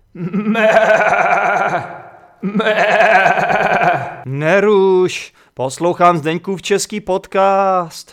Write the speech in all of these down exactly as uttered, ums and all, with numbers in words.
Mé, mé. Neruš, poslouchám Zdeňkův český podcast.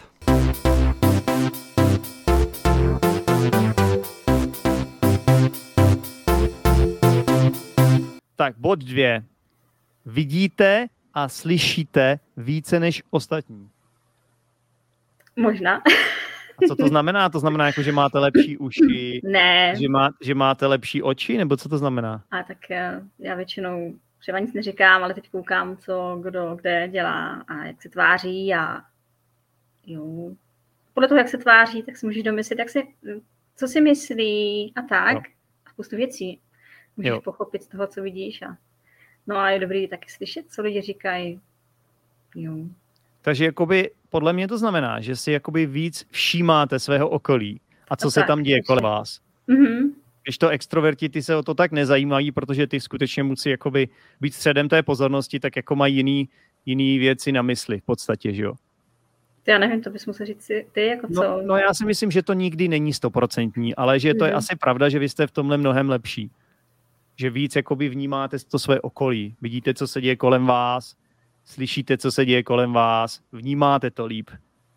Tak bod dvě. Vidíte a slyšíte více než ostatní. Možná. A co to znamená? To znamená, jako, že máte lepší uši? Ne. Že, má, že máte lepší oči? Nebo co to znamená? A tak já většinou třeba nic neříkám, ale teď koukám, co kdo kde dělá a jak se tváří a jo. Podle toho, jak se tváří, tak si můžeš domyslet, jak se, co si myslí a tak. Jo. A spoustu věcí můžeš jo. pochopit z toho, co vidíš. A no a je dobrý taky slyšet, co lidi říkají. Jo. Takže jakoby, podle mě to znamená, že si jakoby víc všímáte svého okolí a co a se tak, tam děje kolem vás. Mm-hmm. Když to extroverti, ty se o to tak nezajímají, protože ty skutečně musí jakoby být středem té pozornosti, tak jako mají jiný, jiný věci na mysli v podstatě, že jo? Já nevím, to bys musel říct si ty, jako co? No, no já si myslím, že to nikdy není stoprocentní, ale že to mm. je asi pravda, že vy jste v tomhle mnohem lepší. Že víc jakoby vnímáte to své okolí. Vidíte, co se děje kolem vás, slyšíte, co se děje kolem vás, vnímáte to líp.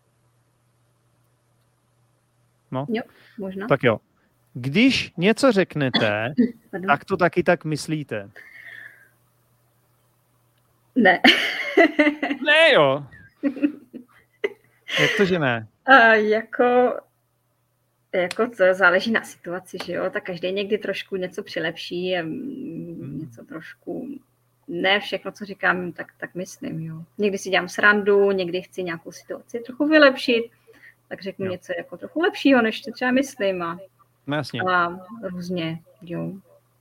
No? Jo, možná. Tak jo. Když něco řeknete, tak to taky tak myslíte. Ne. Ne, jo. Jak to, že ne? A jako, jako to záleží na situaci, že jo? Tak každý někdy trošku něco přilepší, hmm. něco trošku, ne všechno, co říkám, tak, tak myslím, jo. Někdy si dělám srandu, někdy chci nějakou situaci trochu vylepšit, tak řeknu jo. něco jako trochu lepšího, než to třeba myslím a, no, jasně. a různě, jo.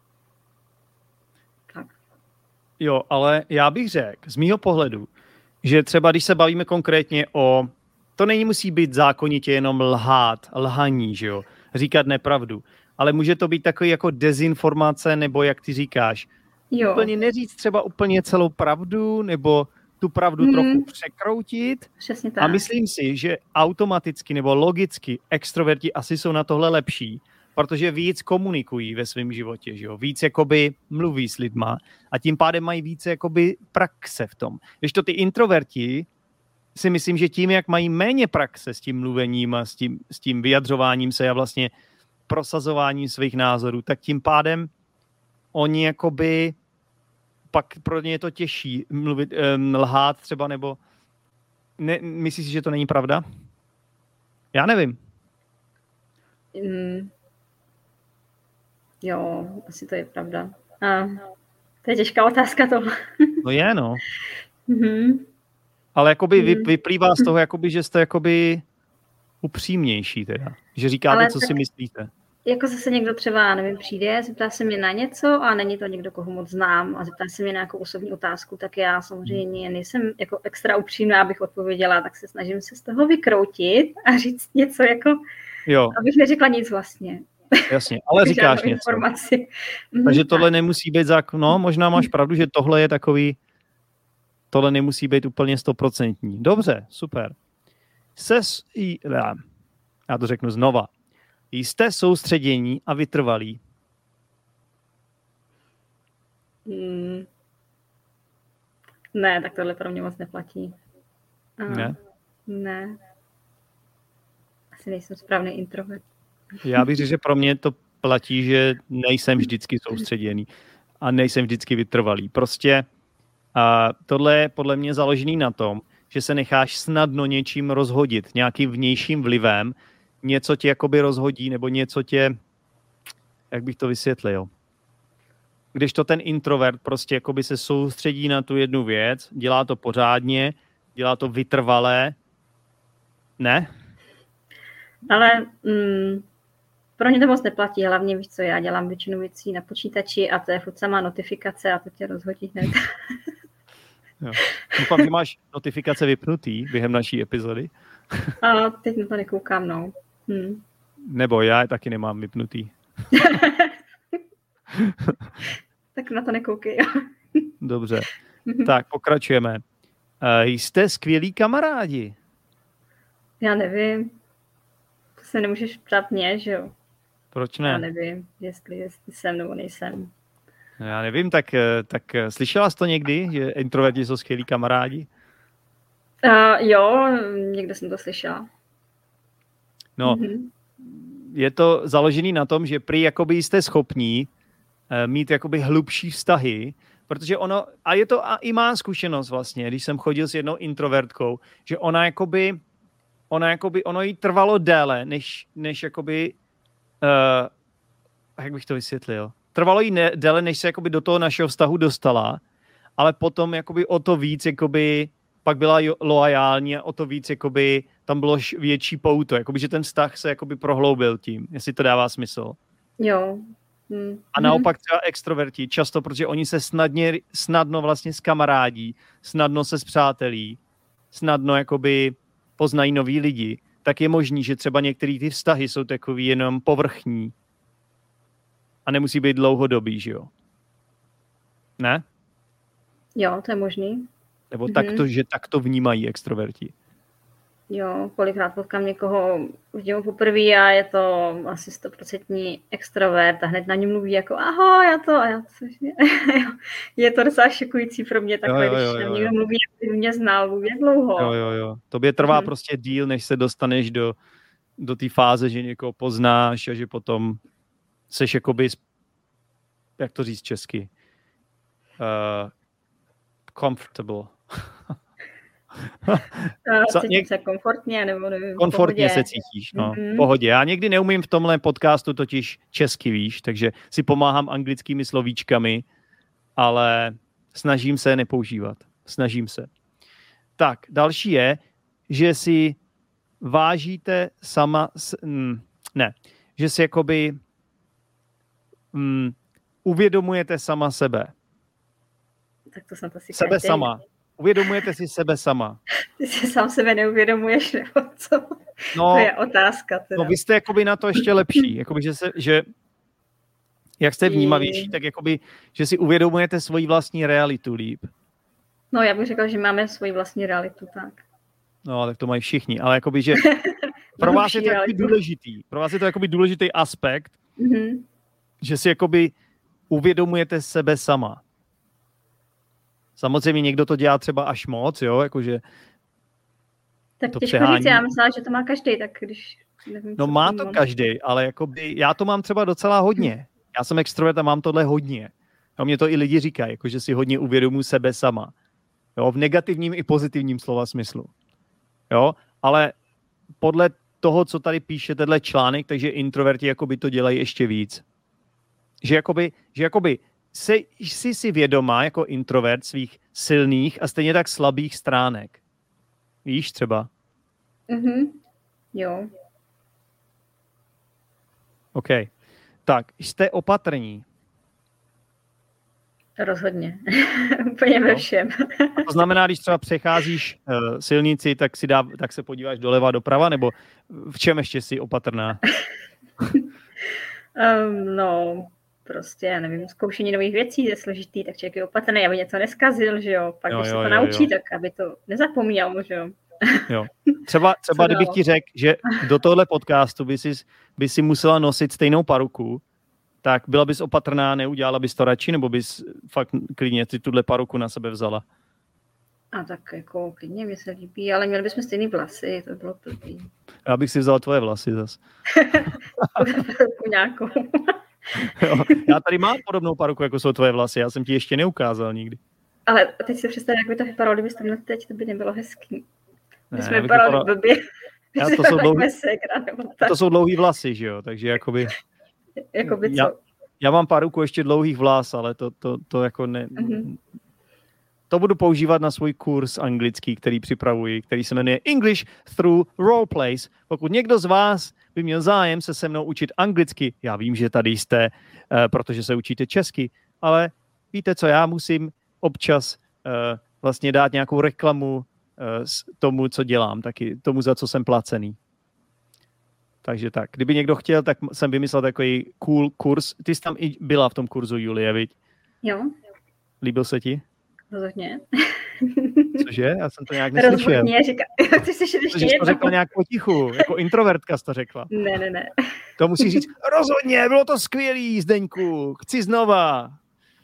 Tak. Jo, ale já bych řekl, z mýho pohledu, že třeba když se bavíme konkrétně o, to není musí být zákonitě jenom lhát, lhaní, že jo, říkat nepravdu, ale může to být takový jako dezinformace, nebo jak ty říkáš, jo. úplně neříct třeba úplně celou pravdu, nebo tu pravdu hmm. trochu překroutit. Přesně tak. A myslím si, že automaticky nebo logicky extroverti asi jsou na tohle lepší, protože víc komunikují ve svém životě, že jo? Víc jakoby mluví s lidma a tím pádem mají více jakoby praxe v tom. Když to ty introverti si myslím, že tím, jak mají méně praxe s tím mluvením a s tím, s tím vyjadřováním se a vlastně prosazováním svých názorů, tak tím pádem oni jakoby pak pro ně je to těžší mluvit, um, lhát třeba, nebo ne, myslíš si, že to není pravda? Já nevím. Mm. Jo, asi to je pravda. A to je těžká otázka tohle. No je, no. Mm-hmm. Ale jakoby vy, vyplývá z toho, jakoby, že jste jakoby upřímnější teda. Že říkáte, ale co tak, si myslíte. Jako zase někdo třeba, nevím, přijde, zeptá se mě na něco a není to někdo, koho moc znám a zeptá se mě na nějakou osobní otázku, tak já samozřejmě nejsem jako extra upřímná, abych odpověděla, tak se snažím se z toho vykroutit a říct něco jako, jo. abych neřekla nic vlastně. Jasně, ale říkáš něco. Informaci. Takže tohle nemusí být zákon. No, možná máš pravdu, že tohle je takový, tohle nemusí být úplně stoprocentní. Dobře, super. Ses, já to řeknu znova. Jste soustředění a vytrvalí? Hmm. Ne, tak tohle pro mě moc neplatí. Aha. Ne? Ne. Asi nejsem správný introvert. Já bych řekl, že pro mě to platí, že nejsem vždycky soustředěný a nejsem vždycky vytrvalý. Prostě a tohle je podle mě založený na tom, že se necháš snadno něčím rozhodit, nějakým vnějším vlivem, něco tě jakoby rozhodí, nebo něco tě, jak bych to vysvětlil. Když to ten introvert prostě jakoby se soustředí na tu jednu věc, dělá to pořádně, dělá to vytrvalé, ne? Ale mm, pro mě to moc neplatí, hlavně víš co, já dělám většinu věcí na počítači a to je furt samá notifikace a to tě rozhodí hned. Jo. Doufám, že máš notifikace vypnutý během naší epizody. A teď na to nekoukám, no. Hm. Nebo já je taky nemám vypnutý. Tak na to nekoukej. Dobře. Tak, pokračujeme. Uh, jste skvělí kamarádi. Já nevím. se nemůžeš ptát mě, že jo? Proč ne? Já nevím, jestli, jestli jsem nebo nejsem. Já nevím, tak, tak slyšela jsi to někdy, že introverti jsou skvělí kamarádi? Uh, jo, někde jsem to slyšela. No, mm-hmm. je to založený na tom, že prý jakoby jste schopní uh, mít jakoby hlubší vztahy, protože ono, a je to a i má zkušenost vlastně, když jsem chodil s jednou introvertkou, že ona jakoby, ona jakoby, ono jí trvalo déle, než, než jakoby, uh, jak bych to vysvětlil, trvalo jí ne, déle, než se jakoby do toho našeho vztahu dostala, ale potom jakoby o to víc jakoby pak byla loajální a o to víc jakoby tam bylo větší pouto, jakoby, že ten vztah se jakoby prohloubil tím, jestli to dává smysl. Jo. Hmm. A naopak třeba extroverti, často, protože oni se snadně, snadno vlastně zkamarádí, snadno se spřátelí, snadno jakoby poznají nový lidi, tak je možný, že třeba některé ty vztahy jsou takový jenom povrchní a nemusí být dlouhodobý, že jo? Ne? Jo, to je možný. Nebo mm-hmm. takto, že takto vnímají extroverti. Jo, kolikrát potkám někoho vidím poprvé a je to asi stoprocentní extrovert a hned na něm mluví jako ahoj, já to, a já to je to docela šokující pro mě takhle, jo, jo, jo, když jo, někdo jo. mluví, jak by mě znal, mluví jak dlouho. Jo, jo, jo. Tobě trvá hmm. prostě díl, než se dostaneš do, do té fáze, že někoho poznáš a že potom seš jakoby, jak to říct česky, uh, comfortable. Co, cítím něk... se komfortně, nebo nevím, komfortně se cítíš, no, mm-hmm. v pohodě. Já někdy neumím v tomhle podcastu totiž česky, víš, takže si pomáhám anglickými slovíčkami, ale snažím se nepoužívat. Snažím se. Tak, další je, že si vážíte sama, mm, ne, že si jakoby mm, uvědomujete sama sebe. Tak to jsem to si Sebe sama. Uvědomujete si sebe sama. Ty si sám sebe neuvědomuješ, nebo co? No, to je otázka. Teda. No vy jste jakoby na to ještě lepší. Jakoby, že, se, že jak jste vnímavější, tak jakoby, že si uvědomujete svoji vlastní realitu líp. No já bych řekla, že máme svoji vlastní realitu, tak. No, tak to mají všichni, ale jakoby, že pro vás je to jakoby důležitý. Pro vás je to jakoby důležitý aspekt, mm-hmm. že si jakoby uvědomujete sebe sama. Samozřejmě někdo to dělá třeba až moc, jo, jakože tak to těžko přehání. Říct, já myslím, že to má každý, tak když nevím, no má to každý, ale jakoby já to mám třeba docela hodně. Já jsem extrovert a mám tohle hodně. A mě to i lidi říkají, jakože si hodně uvědomuji sebe sama. Jo, v negativním i pozitivním slova smyslu. Jo, ale podle toho, co tady píše tenhle článek, takže introverti jakoby to dělají ještě víc. Že jakoby, že jakoby jsi, jsi si vědomá jako introvert svých silných a stejně tak slabých stránek. Víš třeba? Mhm, jo. OK. Tak, jste opatrní. Rozhodně. Úplně ve všem. A to znamená, když třeba přecházíš uh, silnici, tak, si dá, tak se podíváš doleva, doprava, nebo v čem ještě jsi opatrná? um, no, prostě, já nevím, zkoušení nových věcí je složitý, tak člověk je opatrný, aby něco neskazil, že jo. Pak, jo, když jo, se to jo, naučí, jo. tak aby to nezapomněl, že jo. Jo. Třeba, třeba kdybych ti řekl, že do tohle podcastu by si, by si musela nosit stejnou paruku, tak byla bys opatrná, neudělala bys to radši, nebo bys fakt klidně ty tuhle paruku na sebe vzala? A tak jako klidně mi se líbí, ale měli bychom stejný vlasy, to bylo blbý. Já bych si vzal tvoje vlasy zas. Nějakou. Jo, já tady mám podobnou paruku, jako jsou tvoje vlasy, já jsem ti ještě neukázal nikdy. Ale teď si představ, jak by to vypadalo, kdybyste měli teď, to by nebylo hezký. My jsme vypadali blbě. Já, to, jsou dlouhý, to jsou dlouhý vlasy, že jo, takže jakoby... jakoby co? Já, já mám paruku ještě dlouhých vlas, ale to, to, to jako ne... Mm-hmm. To budu používat na svůj kurz anglický, který připravuji, který se jmenuje English through Roleplays. Pokud někdo z vás by měl zájem se se mnou učit anglicky, já vím, že tady jste, uh, protože se učíte česky, ale víte co, já musím občas uh, vlastně dát nějakou reklamu uh, s tomu, co dělám, taky tomu, za co jsem placený. Takže tak, kdyby někdo chtěl, tak jsem vymyslel takový cool kurz. Ty jsi tam i byla v tom kurzu, Julie, viď? Jo. Líbil se ti? Rozhodně. Cože? Já jsem to nějak neslyšel. Rozhodně, říká. Ty jsi ještě Cože jsi to řekla nějak potichu, jako introvertka jsi to řekla. Ne, ne, ne. To musíš říct, rozhodně, bylo to skvělý, Zdeňku, chci znova.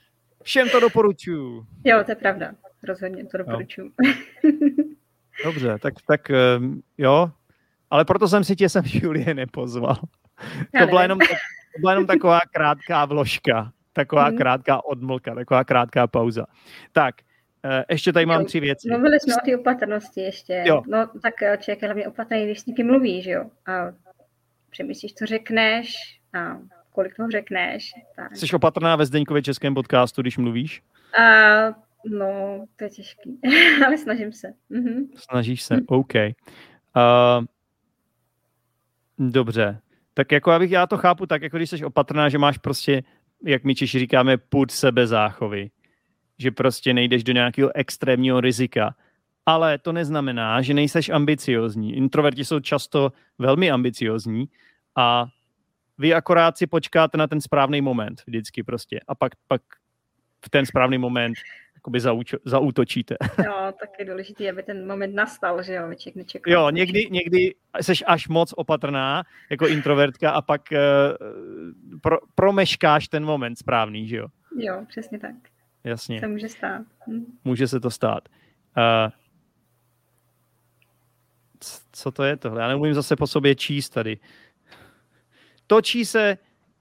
Všem to doporučuju. Jo, to je pravda. Rozhodně to doporučuju. Dobře, tak, tak jo. Ale proto jsem si tě sem Julie nepozval. To byla, jenom, to byla jenom taková krátká vložka. Taková hmm. krátká odmlka, taková krátká pauza. Tak, ještě tady mám jo, tři věci. Mluvili jsme o té opatrnosti ještě. Jo. No tak člověk je hlavně opatrný, když s někým mluvíš, jo. A přemýšlíš, co řekneš a kolik toho řekneš. Tak. Jsi opatrná ve Zdeňkově českém podcastu, když mluvíš? A, no, to je těžký, ale snažím se. Mhm. Snažíš se, OK. Uh, dobře. Tak jako já, bych, já to chápu tak, jako když jsi opatrná, že máš prostě, jak my Češi říkáme, pud sebezáchovy. Že prostě nejdeš do nějakého extrémního rizika. Ale to neznamená, že nejseš ambiciozní. Introverti jsou často velmi ambiciozní a vy akorát si počkáte na ten správný moment vždycky prostě. A pak, pak v ten správný moment jakoby zaučo, zaútočíte. Jo, tak je důležité, aby ten moment nastal, že jo, vyček nečekal. Jo, někdy, někdy seš až moc opatrná jako introvertka a pak uh, pro, promeškáš ten moment správný, že jo? Jo, přesně tak. Jasně. Se může stát. Hm. Může se to stát. Uh, co to je tohle? Já neumím zase po sobě číst tady. Točí se...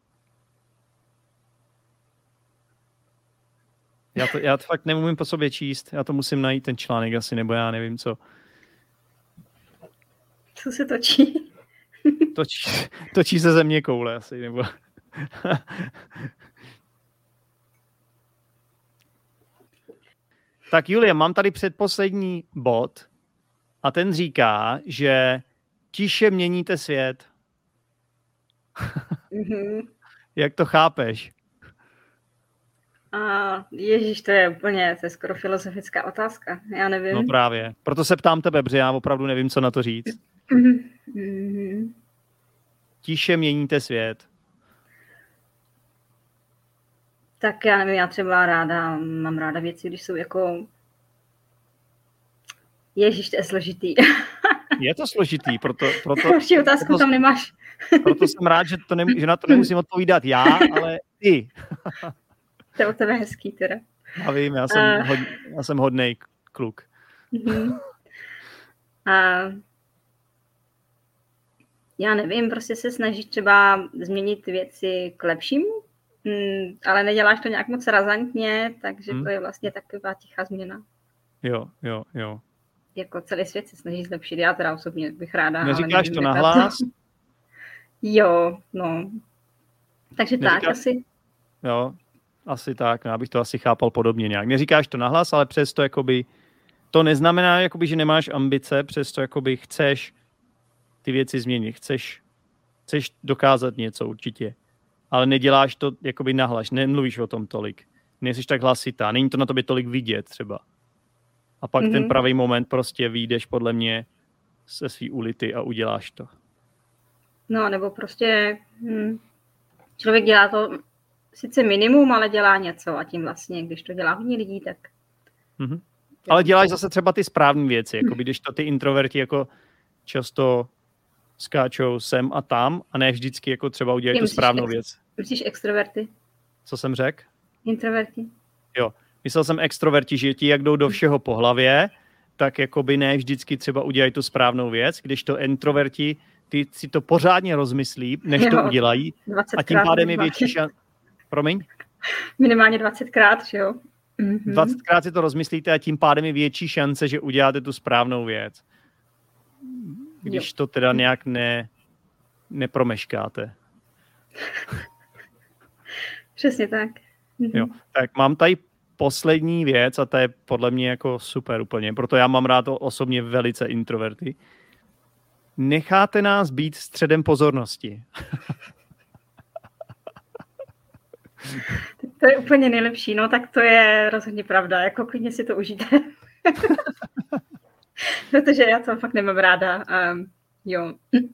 Já to, já to fakt neumím po sobě číst. Já to musím najít ten článek asi, nebo já nevím co. Co se točí? Točí, točí se země koule asi, nebo... Tak Julie, mám tady předposlední bod a ten říká, že tiše měníte svět. Mm-hmm. Jak to chápeš? A ježíš, to je úplně, to je skoro filozofická otázka. Já nevím. No právě. Proto se ptám tebe, protože já opravdu nevím, co na to říct. Mm-hmm. Tiše měníte svět. Tak já nevím, já třeba ráda, mám ráda věci, když jsou jako... Ježíš, to je složitý. Je to složitý, proto... proto Horší otázku proto, tam nemáš. Proto jsem rád, že, to ne, že na to nemusím odpovídat já, ale ty. To je o tebe hezký teda. Já vím, já jsem, uh, hod, já jsem hodnej kluk. Uh-huh. A já nevím, prostě se snažíš třeba změnit věci k lepšímu, hmm, ale neděláš to nějak moc razantně, takže hmm. to je vlastně taková tichá změna. Jo, jo, jo. Jako celý svět se snaží zlepšit, já teda osobně bych ráda. Neříkáš to nahlas? Jo, no. Takže Neříkáš... tak asi. Jo, asi tak, no, já bych to asi chápal podobně nějak. Neříkáš to nahlas, ale přesto jakoby, to neznamená, jakoby, že nemáš ambice, přesto jakoby chceš ty věci změnit, chceš, chceš dokázat něco určitě, ale neděláš to jakoby nahlas, nemluvíš o tom tolik, nejsi tak hlasitá, není to na tobě tolik vidět třeba. A pak mm-hmm. ten pravý moment prostě vyjdeš podle mě se svý ulity a uděláš to. No, nebo prostě hm, člověk dělá to sice minimum, ale dělá něco a tím vlastně, když to dělá hodně lidí, tak... Mm-hmm. Ale děláš zase třeba ty správné věci, jako když to ty introverti jako často skáčou sem a tam a ne vždycky jako třeba udělají tu správnou ex- věc. Myslíš extroverty? Co jsem řekl? Introverti. Jo, myslel jsem extroverti, že ti jak jdou do všeho po hlavě, tak jakoby ne vždycky třeba udělají tu správnou věc, když to introverti, ty si to pořádně rozmyslí, než jo, to udělají a tím pádem je větší šance. Promiň? Minimálně dvacetkrát, že jo? Mm-hmm. dvacetkrát si to rozmyslíte a tím pádem je větší šance, že uděláte tu správnou věc. Když jo. to teda nějak ne, nepromeškáte. Přesně tak. Mm-hmm. Jo, tak mám tady poslední věc a to je podle mě jako super úplně, proto já mám rád osobně velice introverty. Necháte nás být středem pozornosti. To je úplně nejlepší, no tak to je rozhodně pravda, jako klidně si to užijte. Protože já to fakt nemám ráda. Um, jo.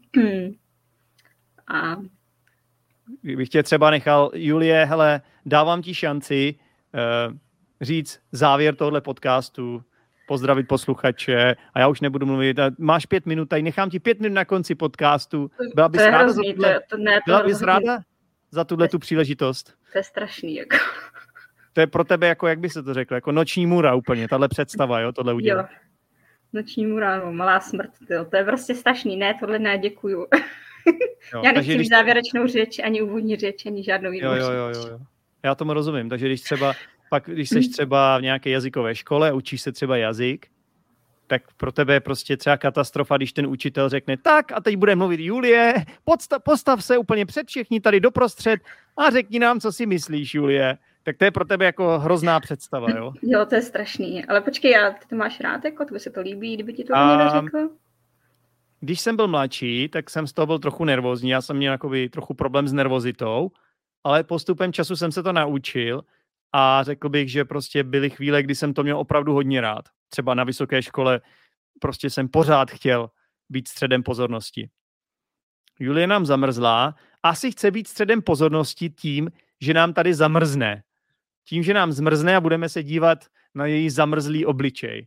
A... Kdybych tě třeba nechal, Julie, hele, dávám ti šanci uh, říct závěr tohle podcastu, pozdravit posluchače a já už nebudu mluvit. Máš pět minut, tady nechám ti pět minut na konci podcastu. Byla bys ráda hrozný, za tuhle, to, to ne, to byla bys ráda za tuhle tu příležitost? To je strašný, jako. To je pro tebe jako, jak by se to řeklo, jako noční můra úplně, tahle představa, jo, tohle udělat. Jo, noční můra, no, malá smrt, tyjo. To je prostě strašný, ne, tohle ne, děkuju. Jo, já nechci mít závěrečnou řeč, ani úvodní řeč, ani žádnou jinou jo, jo, jo, jo. Já tomu rozumím, takže když třeba, pak když seš třeba v nějaké jazykové škole a učíš se třeba jazyk, tak pro tebe je prostě třeba katastrofa, když ten učitel řekne, tak a teď bude mluvit Julie, podstav, postav se úplně před všichni tady doprostřed a řekni nám, co si myslíš, Julie. Tak to je pro tebe jako hrozná představa, jo? Jo, to je strašný, ale počkej, já, ty to máš rád, jako, to by se to líbí, kdyby ti to a... někdo řekl? Když jsem byl mladší, tak jsem z toho byl trochu nervózní, já jsem měl jakoby trochu problém s nervozitou, ale postupem času jsem se to naučil a řekl bych, že prostě byly chvíle, kdy jsem to měl opravdu hodně rád. Třeba na vysoké škole prostě jsem pořád chtěl být středem pozornosti. Julie nám zamrzla, asi chce být středem pozornosti tím, že nám tady zamrzne. Tím, že nám zmrzne a budeme se dívat na její zamrzlý obličej.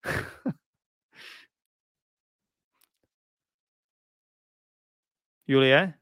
Julie?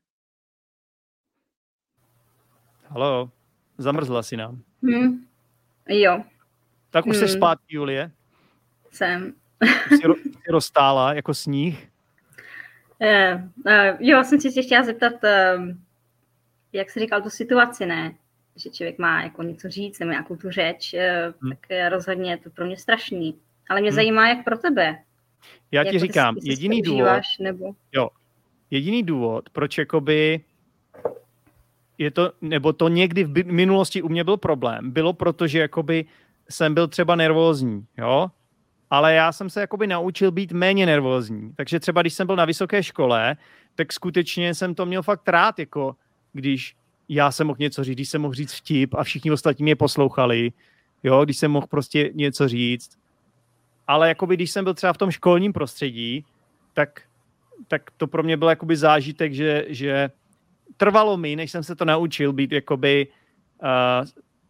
Haló? Zamrzla si nám. Hmm. Jo. Tak už hmm. jsi zpátky, Julie? Jsem. Jsi, ro, jsi roztála jako sníh? Uh, uh, jo, jsem si chtěla zeptat, uh, jak jsi říkal tu situaci, ne? Že člověk má jako něco říct nebo nějakou tu řeč, uh, hmm. tak rozhodně je to pro mě strašný. Ale mě hmm. zajímá, jak pro tebe. Já ti jak říkám, ty, ty jediný důvod, nebo... jo, jediný důvod, proč jakoby je to, nebo to někdy v minulosti u mě byl problém, bylo proto, že jakoby jsem byl třeba nervózní, jo? Ale já jsem se jakoby naučil být méně nervózní. Takže třeba když jsem byl na vysoké škole, tak skutečně jsem to měl fakt rád, jako když já jsem mohl něco říct, když jsem mohl říct vtip a všichni ostatní mě poslouchali, jo? Když jsem mohl prostě něco říct. Ale jakoby když jsem byl třeba v tom školním prostředí, tak, tak to pro mě byl jakoby zážitek, že, že trvalo mi, než jsem se to naučil být jakoby uh,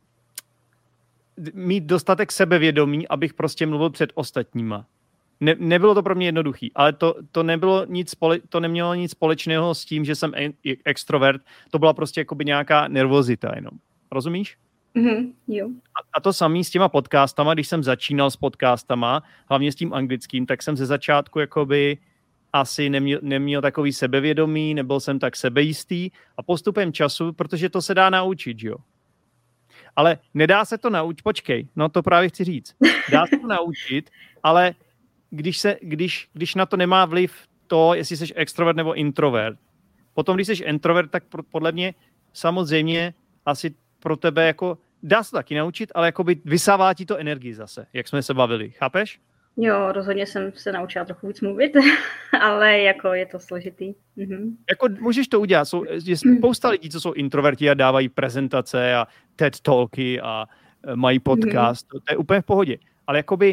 mít dostatek sebevědomí, abych prostě mluvil před ostatníma. Ne, nebylo to pro mě jednoduchý, ale to, to, nebylo nic spole, to nemělo nic společného s tím, že jsem e- extrovert, to byla prostě jakoby nějaká nervozita jenom. Rozumíš? Mm-hmm, jo. A, a to samý s těma podcastama, když jsem začínal s podcastama, hlavně s tím anglickým, tak jsem ze začátku jakoby asi neměl, neměl takový sebevědomí, nebyl jsem tak sebejistý a postupem času, protože to se dá naučit, jo. Ale nedá se to naučit, počkej, no to právě chci říct. Dá se to naučit, ale když, se, když, když na to nemá vliv to, jestli jsi extrovert nebo introvert. Potom, když jsi introvert, tak podle mě samozřejmě asi pro tebe jako dá se taky naučit, ale jakoby vysává ti to energii zase, jak jsme se bavili. Chápeš? Jo, rozhodně jsem se naučila trochu víc mluvit, ale jako je to složitý. Mhm. Jako můžeš to udělat. Jsou, je spousta lidí, co jsou introverti a dávají prezentace a TED Talky a mají podcast. Mhm. To je úplně v pohodě. Ale jakoby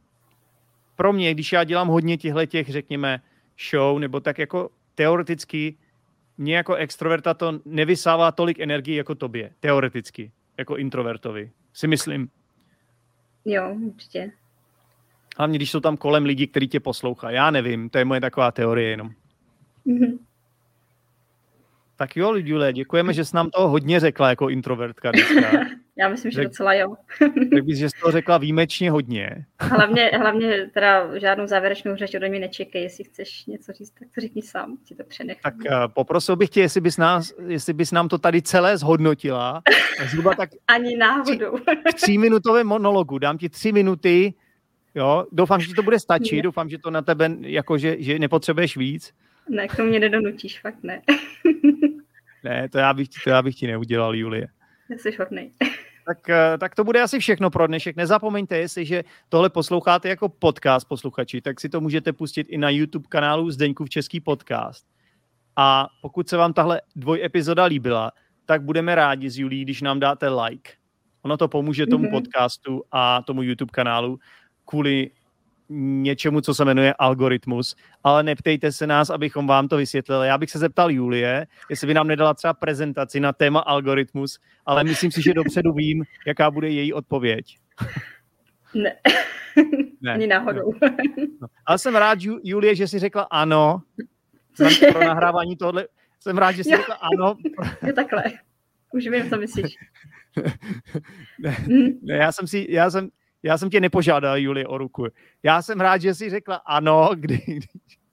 pro mě, když já dělám hodně těchto, řekněme, show, nebo tak jako teoreticky mě jako extroverta to nevysává tolik energie jako tobě. Teoreticky. Jako introvertovi. Si myslím. Jo, určitě. Hlavně, když jsou tam kolem lidí, kteří tě poslouchají. Já nevím, to je moje taková teorie jenom. Mm-hmm. Tak jo, Julie, děkujeme, že jsi nám toho hodně řekla jako introvertka dneska. Já myslím, že Řek, docela jo. Tak bys, že jsi toho řekla výjimečně hodně. Hlavně, hlavně teda žádnou závěrečnou řeč ode mě nečekej. Jestli chceš něco říct, tak to řekni sám, ti to přenechám. Tak uh, poprosil bych tě, jestli bys, nás, jestli bys nám to tady celé zhodnotila. Zhruba tak ani náhodou. V tříminutovém monologu. Dám ti tři minuty. Jo, doufám, že ti to bude stačit. Ne. Doufám, že to na tebe, jako, že, že nepotřebuješ víc. Ne, k tomu mě nedonutíš, fakt ne. Ne, to já bych, to já bych ti neudělal, Julie. Jsi hodnej. Tak, tak to bude asi všechno pro dnešek. Nezapomeňte, jestliže tohle posloucháte jako podcast posluchači, tak si to můžete pustit i na YouTube kanálu Zdeňkův český podcast. A pokud se vám tahle dvojepizoda líbila, tak budeme rádi s Julí, když nám dáte like. Ono to pomůže tomu mm-hmm. podcastu a tomu YouTube kanálu kvůli něčemu, co se jmenuje algoritmus, ale neptejte se nás, abychom vám to vysvětlili. Já bych se zeptal Julie, jestli by nám nedala třeba prezentaci na téma algoritmus, ale myslím si, že dopředu vím, jaká bude její odpověď. Ne, ne. Ani náhodou. No. Ale jsem rád, Julie, že jsi řekla ano pro nahrávání tohle. Jsem rád, že jsi jo. řekla ano. Je takhle. Už vím, co myslíš. ne, ne, já jsem si, já jsem, já jsem tě nepožádal, Julie, o ruku. Já jsem rád, že jsi řekla ano, kdy, když,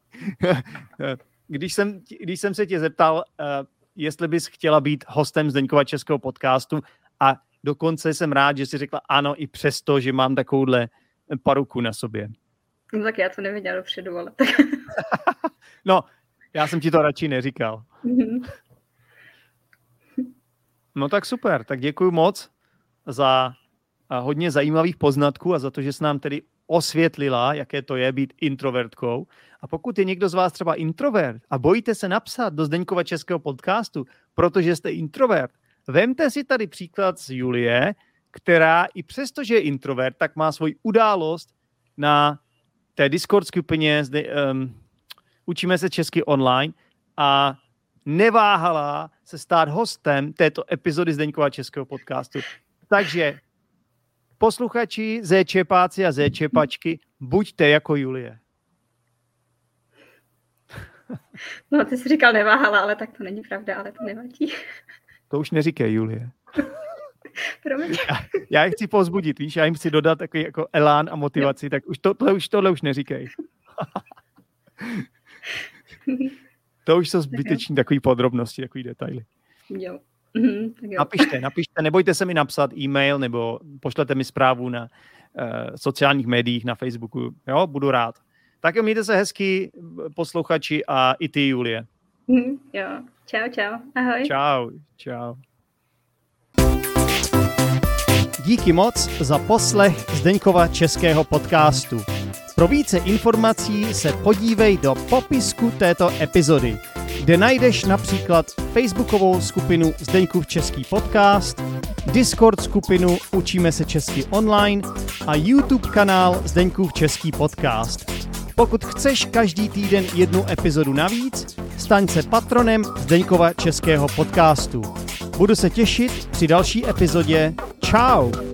když, jsem, když jsem se tě zeptal, uh, jestli bys chtěla být hostem Zdeňkova českého podcastu, a dokonce jsem rád, že jsi řekla ano i přesto, že mám takovouhle paruku na sobě. No tak já to nevěděla dopředu, ale tak... No, já jsem ti to radši neříkal. No tak super, tak děkuji moc za hodně zajímavých poznatků a za to, že jsi nám tedy osvětlila, jaké to je být introvertkou. A pokud je někdo z vás třeba introvert a bojíte se napsat do Zdeňkova českého podcastu, protože jste introvert, vemte si tady příklad z Julie, která i přesto, že je introvert, tak má svoji událost na té Discord skupině zde, um, Učíme se česky online a neváhala se stát hostem této epizody Zdeňkova českého podcastu. Takže posluchači, zéčepáci a zéčepačky, buďte jako Julie. No, ty jsi říkal neváhala, ale tak to není pravda, ale to nevadí. To už neříkej, Julie. Promiň. Já, já je chci povzbudit, víš, já jim chci dodat takový jako elán a motivaci, no. Tak už to, tohle, už, tohle už neříkej. To už jsou zbyteční takový podrobnosti, takový detaily. Jo. Mm, tak jo. Napište, napište, nebojte se mi napsat e-mail nebo pošlete mi zprávu na uh, sociálních médiích, na Facebooku, jo, budu rád. Tak jo, mějte se hezky, posluchači, a i ty, Julie. Mm, jo, čau, čau, ahoj. Čau, čau. Díky moc za poslech Zdeňkova českého podcastu. Pro více informací se podívej do popisku této epizody, kde najdeš například facebookovou skupinu Zdeňkův český podcast, Discord skupinu Učíme se česky online a YouTube kanál Zdeňkův český podcast. Pokud chceš každý týden jednu epizodu navíc, staň se patronem Zdeňkova českého podcastu. Budu se těšit při další epizodě. Čau!